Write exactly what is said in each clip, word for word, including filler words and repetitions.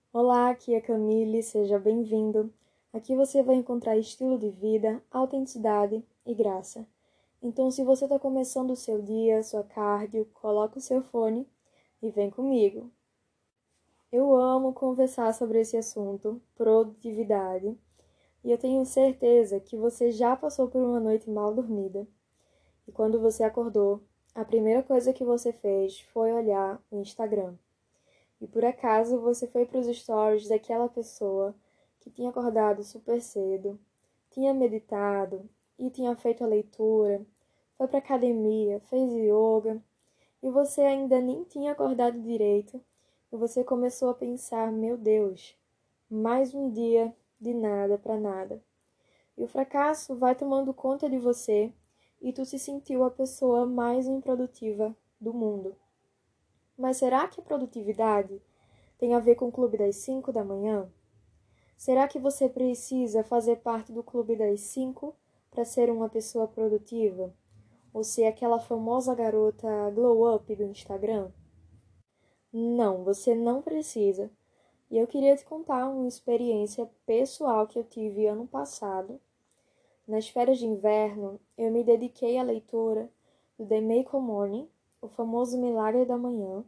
Olá, aqui é Camille, seja bem-vindo. Aqui você vai encontrar estilo de vida, autenticidade e graça. Então, se você está começando o seu dia, sua cardio, coloca o seu fone e vem comigo. Eu amo conversar sobre esse assunto, produtividade, e eu tenho certeza que você já passou por uma noite mal dormida. E quando você acordou, a primeira coisa que você fez foi olhar o Instagram. E por acaso você foi para os stories daquela pessoa que tinha acordado super cedo, tinha meditado e tinha feito a leitura, foi para academia, fez yoga e você ainda nem tinha acordado direito e você começou a pensar: meu Deus, mais um dia de nada para nada. E o fracasso vai tomando conta de você e tu se sentiu a pessoa mais improdutiva do mundo. Mas será que a produtividade tem a ver com o clube das cinco da manhã? Será que você precisa fazer parte do clube das cinco para ser uma pessoa produtiva? Ou ser aquela famosa garota glow up do Instagram? Não, você não precisa. E eu queria te contar uma experiência pessoal que eu tive ano passado. Nas férias de inverno, eu me dediquei à leitura do The Miracle Morning, o famoso Milagre da Manhã,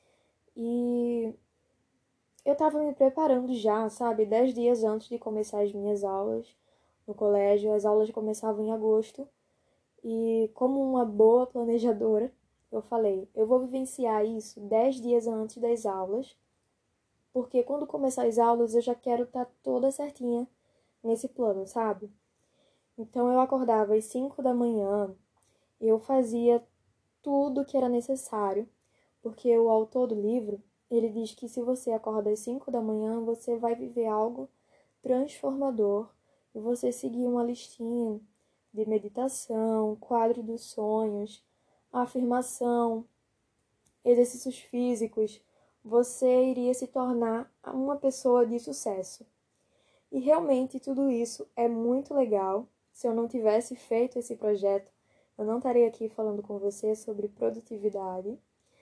e eu tava me preparando já, sabe? Dez dias antes de começar as minhas aulas no colégio. As aulas começavam em agosto. E como uma boa planejadora, eu falei, eu vou vivenciar isso dez dias antes das aulas, porque quando começar as aulas eu já quero estar toda certinha nesse plano, sabe? Então eu acordava às cinco da manhã e eu fazia tudo que era necessário, porque o autor do livro, ele diz que se você acorda às cinco da manhã, você vai viver algo transformador e você seguir uma listinha de meditação, quadro dos sonhos, afirmação, exercícios físicos, você iria se tornar uma pessoa de sucesso. E realmente tudo isso é muito legal. Se eu não tivesse feito esse projeto, eu não estaria aqui falando com você sobre produtividade.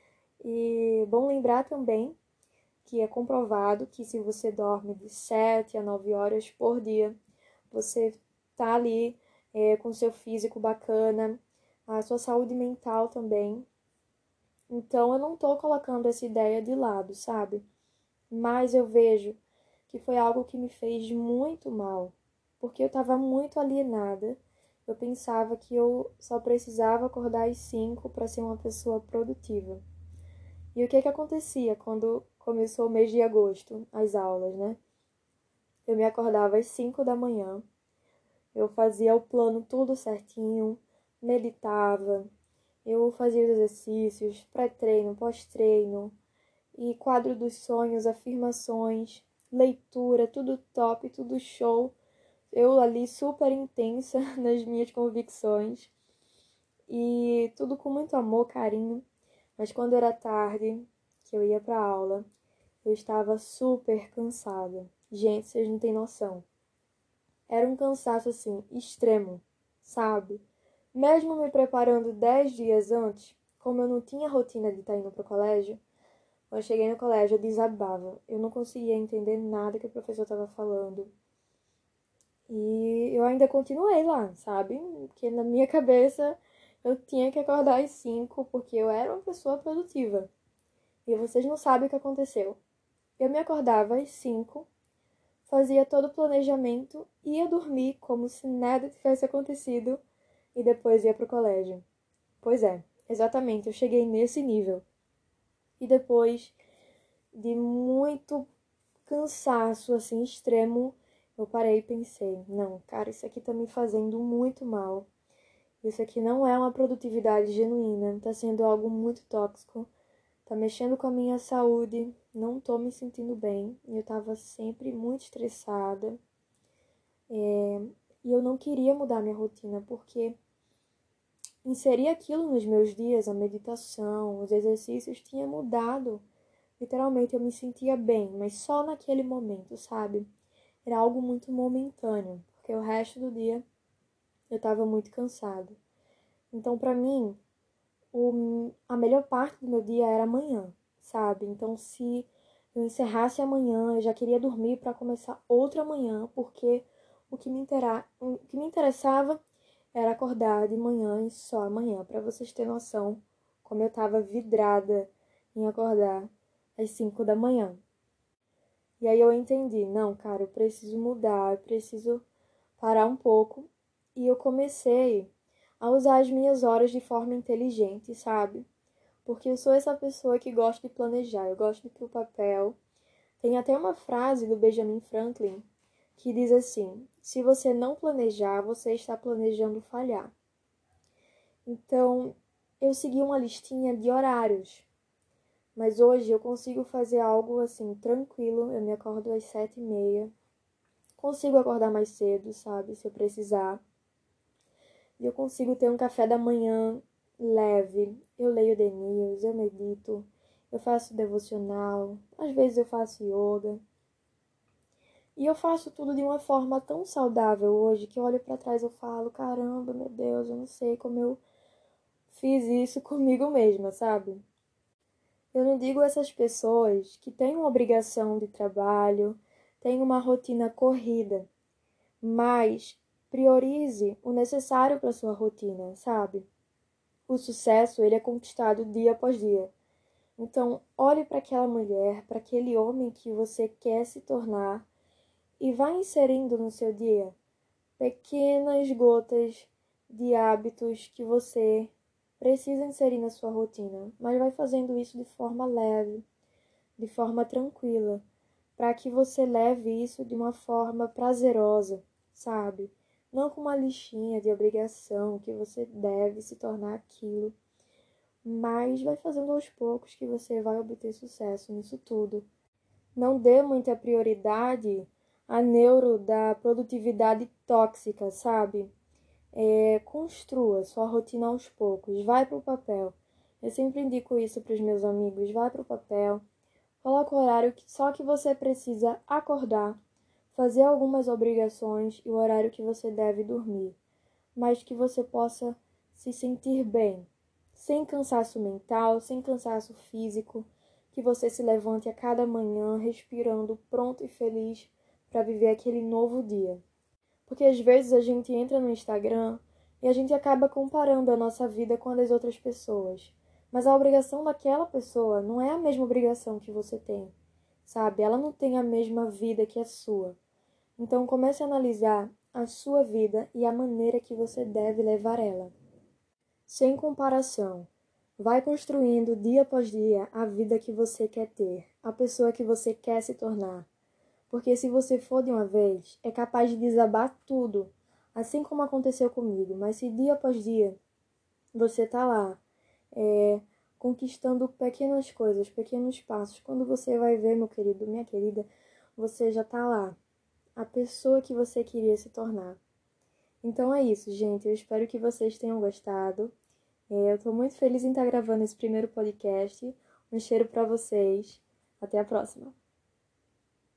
E bom lembrar também que é comprovado que se você dorme de sete a nove horas por dia, você tá ali é, com seu físico bacana, a sua saúde mental também. Então eu não tô colocando essa ideia de lado, sabe? Mas eu vejo que foi algo que me fez muito mal, porque eu estava muito alienada. Eu pensava que eu só precisava acordar às cinco para ser uma pessoa produtiva. E o que que acontecia quando começou o mês de agosto, as aulas, né? Eu me acordava às cinco da manhã, eu fazia o plano tudo certinho, meditava, eu fazia os exercícios, pré-treino, pós-treino, e quadro dos sonhos, afirmações, leitura, tudo top, tudo show. Eu ali super intensa nas minhas convicções e tudo com muito amor, carinho. Mas quando era tarde, que eu ia pra aula, eu estava super cansada. Gente, vocês não têm noção. Era um cansaço assim, extremo, sabe? Mesmo me preparando dez dias antes, como eu não tinha rotina de estar indo pro colégio, quando eu cheguei no colégio eu desabava. Eu não conseguia entender nada que o professor estava falando. E eu ainda continuei lá, sabe? Porque na minha cabeça eu tinha que acordar às cinco porque eu era uma pessoa produtiva. E vocês não sabem o que aconteceu. Eu me acordava às cinco, fazia todo o planejamento, ia dormir como se nada tivesse acontecido e depois ia pro colégio. Pois é, exatamente, eu cheguei nesse nível. E depois de muito cansaço assim extremo, eu parei e pensei, não, cara, isso aqui tá me fazendo muito mal. Isso aqui não é uma produtividade genuína, tá sendo algo muito tóxico, tá mexendo com a minha saúde, não tô me sentindo bem. E eu tava sempre muito estressada. É, e eu não queria mudar minha rotina, porque inserir aquilo nos meus dias, a meditação, os exercícios, tinha mudado. Literalmente eu me sentia bem, mas só naquele momento, sabe? Era algo muito momentâneo, porque o resto do dia eu tava muito cansada. Então, pra mim, o, a melhor parte do meu dia era amanhã, sabe? Então, se eu encerrasse amanhã, eu já queria dormir para começar outra manhã, porque o que me, intera... o que me interessava era acordar de manhã e só amanhã, para vocês terem noção como eu estava vidrada em acordar às cinco da manhã. E aí eu entendi, não, cara, eu preciso mudar, eu preciso parar um pouco. E eu comecei a usar as minhas horas de forma inteligente, sabe? Porque eu sou essa pessoa que gosta de planejar, eu gosto de ir pro papel. Tem até uma frase do Benjamin Franklin que diz assim: se você não planejar, você está planejando falhar. Então, eu segui uma listinha de horários. Mas hoje eu consigo fazer algo assim, tranquilo. Eu me acordo às sete e meia. Consigo acordar mais cedo, sabe? Se eu precisar. E eu consigo ter um café da manhã leve. Eu leio The News, eu medito, eu faço devocional, às vezes eu faço yoga. E eu faço tudo de uma forma tão saudável hoje que eu olho pra trás e eu falo, caramba, meu Deus, eu não sei como eu fiz isso comigo mesma, sabe? Eu não digo essas pessoas que têm uma obrigação de trabalho, têm uma rotina corrida, mas priorize o necessário para sua rotina, sabe? O sucesso, ele é conquistado dia após dia. Então, olhe para aquela mulher, para aquele homem que você quer se tornar e vá inserindo no seu dia pequenas gotas de hábitos que você precisa inserir na sua rotina, mas vai fazendo isso de forma leve, de forma tranquila, para que você leve isso de uma forma prazerosa, sabe? Não com uma listinha de obrigação que você deve se tornar aquilo, mas vai fazendo aos poucos que você vai obter sucesso nisso tudo. Não dê muita prioridade à neuro da produtividade tóxica, sabe? É, construa sua rotina aos poucos, vai para o papel. Eu sempre indico isso para os meus amigos, vai para o papel, coloca o horário que, só que você precisa acordar, fazer algumas obrigações e o horário que você deve dormir, mas que você possa se sentir bem, sem cansaço mental, sem cansaço físico, que você se levante a cada manhã respirando pronto e feliz para viver aquele novo dia. Porque às vezes a gente entra no Instagram e a gente acaba comparando a nossa vida com a das outras pessoas. Mas a obrigação daquela pessoa não é a mesma obrigação que você tem, sabe? Ela não tem a mesma vida que a sua. Então comece a analisar a sua vida e a maneira que você deve levar ela. Sem comparação. Vai construindo dia após dia a vida que você quer ter, a pessoa que você quer se tornar. Porque se você for de uma vez, é capaz de desabar tudo, assim como aconteceu comigo. Mas se dia após dia você tá lá, é, conquistando pequenas coisas, pequenos passos, quando você vai ver, meu querido, minha querida, você já tá lá, a pessoa que você queria se tornar. Então é isso, gente. Eu espero que vocês tenham gostado. É, eu tô muito feliz em estar gravando esse primeiro podcast. Um cheiro pra vocês. Até a próxima.